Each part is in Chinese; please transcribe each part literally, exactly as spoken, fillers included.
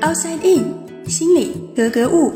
Outside In， 心里格格物。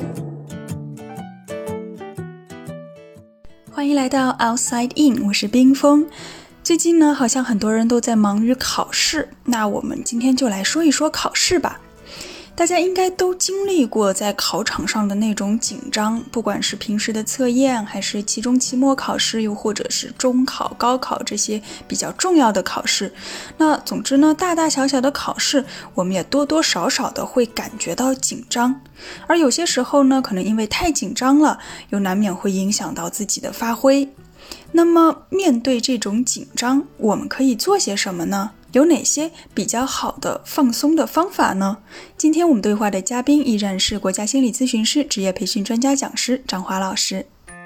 欢迎来到 Outside In， 我是冰峰。最近呢，好像很多人都在忙于考试，那我们今天就来说一说考试吧。大家应该都经历过在考场上的那种紧张，不管是平时的测验，还是期中期末考试，又或者是中考、高考这些比较重要的考试。那总之呢，大大小小的考试，我们也多多少少的会感觉到紧张。而有些时候呢，可能因为太紧张了，又难免会影响到自己的发挥。那么面对这种紧张，我们可以做些什么呢？有哪些比较好的放松的方法呢？今天我们对话的嘉宾依然是国家心理咨询师、职业培训专家讲师张华老师。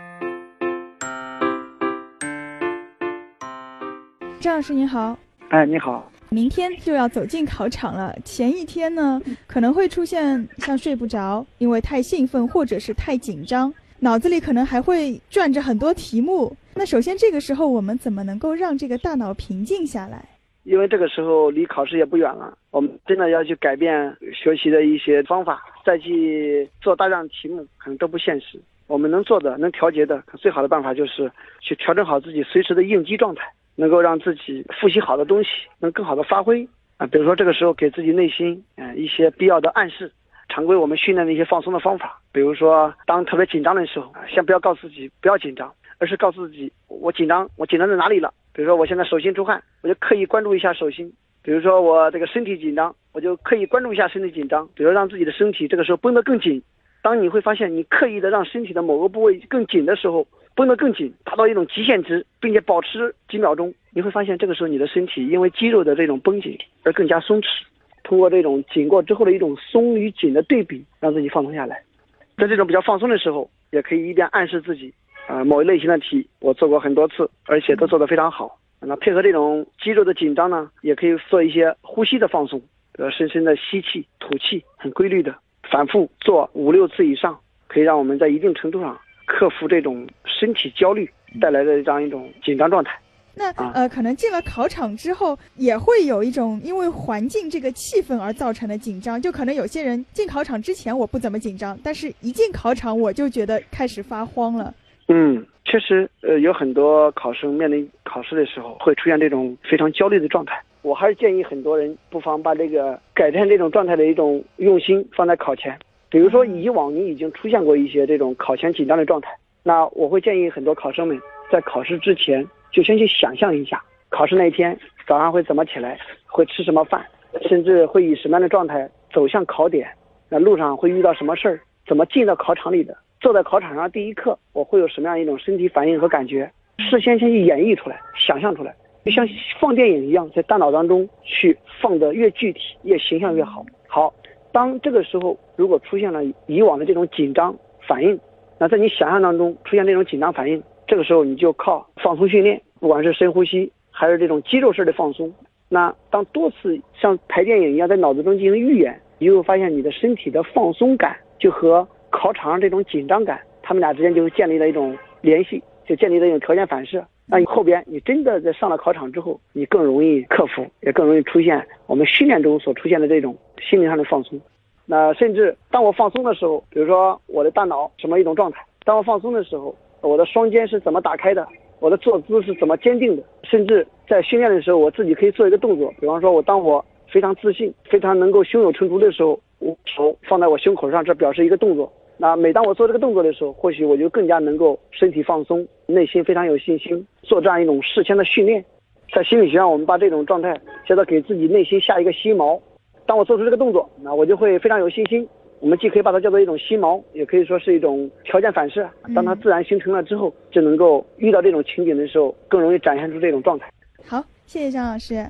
张老师您好。 哎，你好。 明天就要走进考场了，前一天呢可能会出现像睡不着，因为太兴奋或者是太紧张，脑子里可能还会转着很多题目。那首先这个时候我们怎么能够让这个大脑平静下来？ 因为这个时候离考试也不远了，我们真的要去改变学习的一些方法，再去做大量题目可能都不现实。我们能做的能调节的最好的办法就是去调整好自己随时的应激状态，能够让自己复习好的东西能更好的发挥啊。比如说这个时候给自己内心嗯、呃、一些必要的暗示，常规我们训练的一些放松的方法。比如说当特别紧张的时候，先不要告诉自己不要紧张，而是告诉自己我紧张，我紧张在哪里了。比如说我现在手心出汗，我就刻意关注一下手心。比如说我这个身体紧张，我就刻意关注一下身体紧张。比如让自己的身体这个时候绷得更紧。当你会发现你刻意的让身体的某个部位更紧的时候，绷得更紧，达到一种极限值，并且保持几秒钟，你会发现这个时候你的身体因为肌肉的这种绷紧而更加松弛。通过这种紧过之后的一种松与紧的对比，让自己放松下来。在这种比较放松的时候，也可以一边暗示自己呃，某一类型的题我做过很多次，而且都做得非常好。那配合这种肌肉的紧张呢，也可以做一些呼吸的放松，比如深深的吸气吐气，很规律的反复做五六次以上，可以让我们在一定程度上克服这种身体焦虑带来的这样一种紧张状态。 那呃，可能进了考场之后也会有一种因为环境这个气氛而造成的紧张，就可能有些人进考场之前我不怎么紧张，但是一进考场我就觉得开始发慌了。 嗯，确实，呃，有很多考生面临考试的时候会出现这种非常焦虑的状态。我还是建议很多人不妨把这个改善这种状态的一种用心放在考前。比如说以往你已经出现过一些这种考前紧张的状态，那我会建议很多考生们在考试之前就先去想象一下，考试那一天早上会怎么起来，会吃什么饭，甚至会以什么样的状态走向考点，那路上会遇到什么事儿，怎么进到考场里的，坐在考场上第一刻我会有什么样一种身体反应和感觉，事先先去演绎出来，想象出来，就像放电影一样，在大脑当中去放得越具体越形象越好。好，当这个时候如果出现了以往的这种紧张反应，那在你想象当中出现这种紧张反应，这个时候你就靠放松训练，不管是深呼吸还是这种肌肉式的放松，那当多次像排电影一样在脑子中进行预演，你就会发现你的身体的放松感就和考场上这种紧张感，他们俩之间就建立了一种联系，就建立了一种条件反射。那你后边你真的在上了考场之后，你更容易克服，也更容易出现我们训练中所出现的这种心灵上的放松。那甚至当我放松的时候，比如说我的大脑什么一种状态，当我放松的时候，我的双肩是怎么打开的，我的坐姿是怎么坚定的，甚至在训练的时候我自己可以做一个动作，比方说我当我非常自信非常能够胸有成竹的时候，我手放在我胸口上，这表示一个动作。那每当我做这个动作的时候，或许我就更加能够身体放松，内心非常有信心，做这样一种事前的训练。在心理学上我们把这种状态叫做给自己内心下一个吸锚，当我做出这个动作，那我就会非常有信心。我们既可以把它叫做一种吸锚，也可以说是一种条件反射，当它自然形成了之后，就能够遇到这种情景的时候更容易展现出这种状态。 好，谢谢张老师。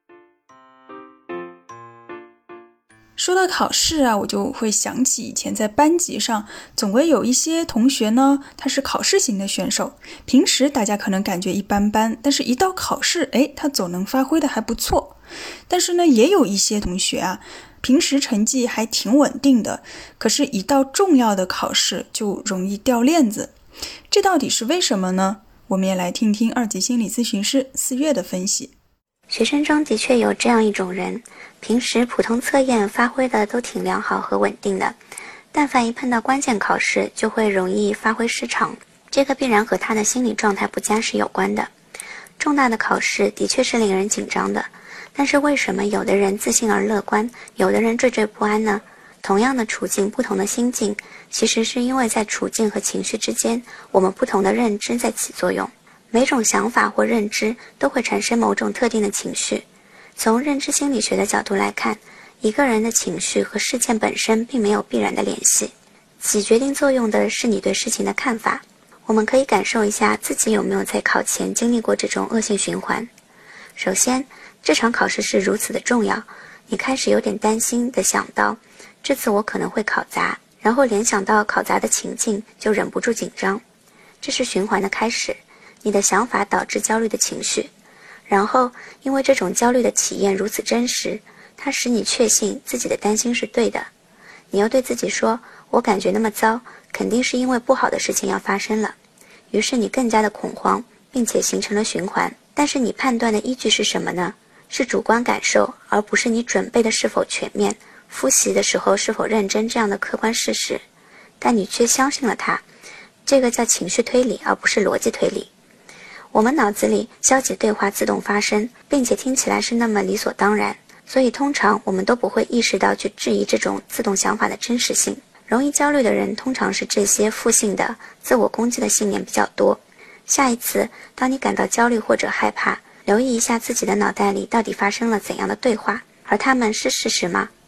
说到考试啊，我就会想起以前在班级上总会有一些同学呢，他是考试型的选手，平时大家可能感觉一般般，但是一到考试，诶，他总能发挥的还不错。但是呢，也有一些同学啊，平时成绩还挺稳定的，可是一到重要的考试就容易掉链子。这到底是为什么呢？我们也来听听二级心理咨询师四月的分析。 学生中的确有这样一种人，平时普通测验发挥的都挺良好和稳定的，但凡一碰到关键考试就会容易发挥失常，这个必然和他的心理状态不佳是有关的。重大的考试的确是令人紧张的，但是为什么有的人自信而乐观，有的人惴惴不安呢？同样的处境，不同的心境，其实是因为在处境和情绪之间，我们不同的认知在起作用。每种想法或认知都会产生某种特定的情绪。从认知心理学的角度来看，一个人的情绪和事件本身并没有必然的联系，起决定作用的是你对事情的看法。我们可以感受一下自己有没有在考前经历过这种恶性循环。首先，这场考试是如此的重要，你开始有点担心地想到这次我可能会考砸，然后联想到考砸的情境就忍不住紧张，这是循环的开始。你的想法导致焦虑的情绪，然后因为这种焦虑的体验如此真实，它使你确信自己的担心是对的。你又对自己说，我感觉那么糟，肯定是因为不好的事情要发生了。于是你更加的恐慌，并且形成了循环。但是你判断的依据是什么呢？是主观感受，而不是你准备的是否全面，复习的时候是否认真这样的客观事实。但你却相信了它，这个叫情绪推理，而不是逻辑推理。我们脑子里消极对话自动发生，并且听起来是那么理所当然，所以通常我们都不会意识到去质疑这种自动想法的真实性。容易焦虑的人通常是这些负性的自我攻击的信念比较多。下一次当你感到焦虑或者害怕，留意一下自己的脑袋里到底发生了怎样的对话，而它们是事实吗？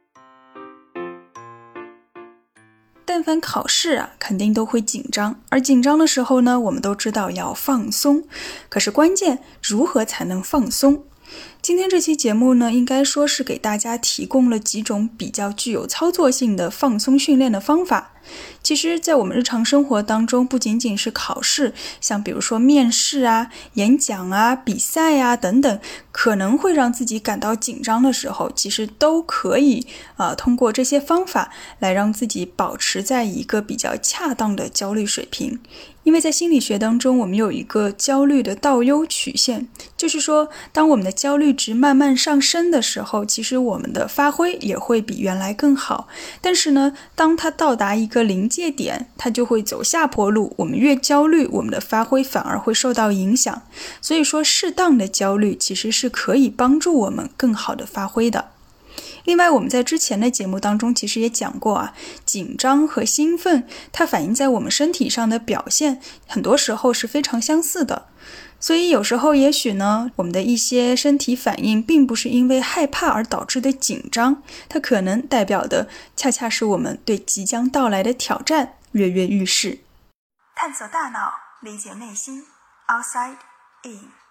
但凡考试啊，肯定都会紧张，而紧张的时候呢，我们都知道要放松。可是关键，如何才能放松？今天这期节目呢，应该说是给大家提供了几种比较具有操作性的放松训练的方法。其实在我们日常生活当中，不仅仅是考试，像比如说面试啊、演讲啊、比赛啊等等，可能会让自己感到紧张的时候，其实都可以呃，通过这些方法来让自己保持在一个比较恰当的焦虑水平。因为在心理学当中，我们有一个焦虑的倒 U 曲线，就是说当我们的焦虑值慢慢上升的时候，其实我们的发挥也会比原来更好。但是呢，当它到达一个临界点，它就会走下坡路，我们越焦虑，我们的发挥反而会受到影响。所以说适当的焦虑其实是可以帮助我们更好的发挥的。另外，我们在之前的节目当中其实也讲过啊，紧张和兴奋它反映在我们身体上的表现很多时候是非常相似的。所以有时候也许呢，我们的一些身体反应并不是因为害怕而导致的紧张，它可能代表的恰恰是我们对即将到来的挑战跃跃欲试。探索大脑，理解内心 Outside In。